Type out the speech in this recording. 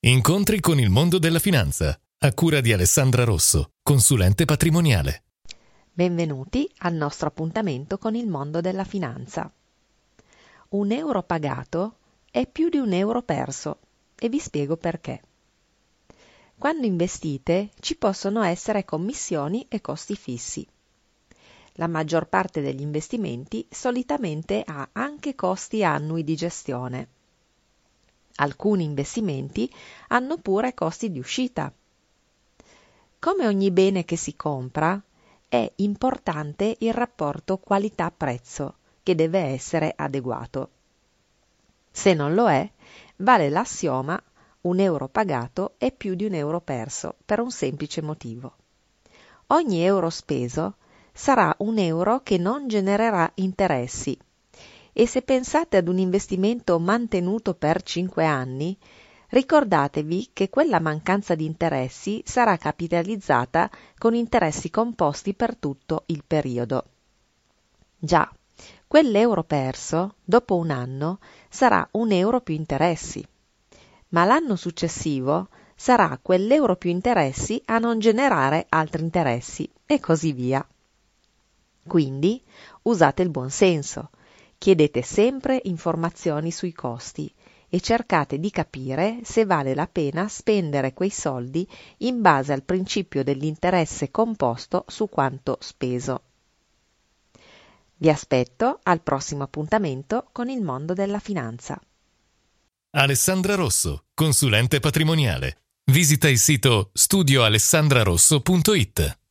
Incontri con il mondo della finanza, a cura di Alessandra Rosso, consulente patrimoniale. Benvenuti al nostro appuntamento con il mondo della finanza. Un euro pagato è più di un euro perso e vi spiego perché. Quando investite ci possono essere commissioni e costi fissi. La maggior parte degli investimenti solitamente ha anche costi annui di gestione. Alcuni investimenti hanno pure costi di uscita. Come ogni bene che si compra, è importante il rapporto qualità-prezzo, che deve essere adeguato. Se non lo è, vale l'assioma un euro pagato è più di un euro perso, per un semplice motivo. Ogni euro speso sarà un euro che non genererà interessi. E se pensate ad un investimento mantenuto per 5 anni, ricordatevi che quella mancanza di interessi sarà capitalizzata con interessi composti per tutto il periodo. Già, quell'euro perso, dopo un anno, sarà un euro più interessi, ma l'anno successivo sarà quell'euro più interessi a non generare altri interessi, e così via. Quindi usate il buon senso. Chiedete sempre informazioni sui costi e cercate di capire se vale la pena spendere quei soldi in base al principio dell'interesse composto su quanto speso. Vi aspetto al prossimo appuntamento con il mondo della finanza. Alessandra Rosso, consulente patrimoniale. Visita il sito studioalessandrarosso.it.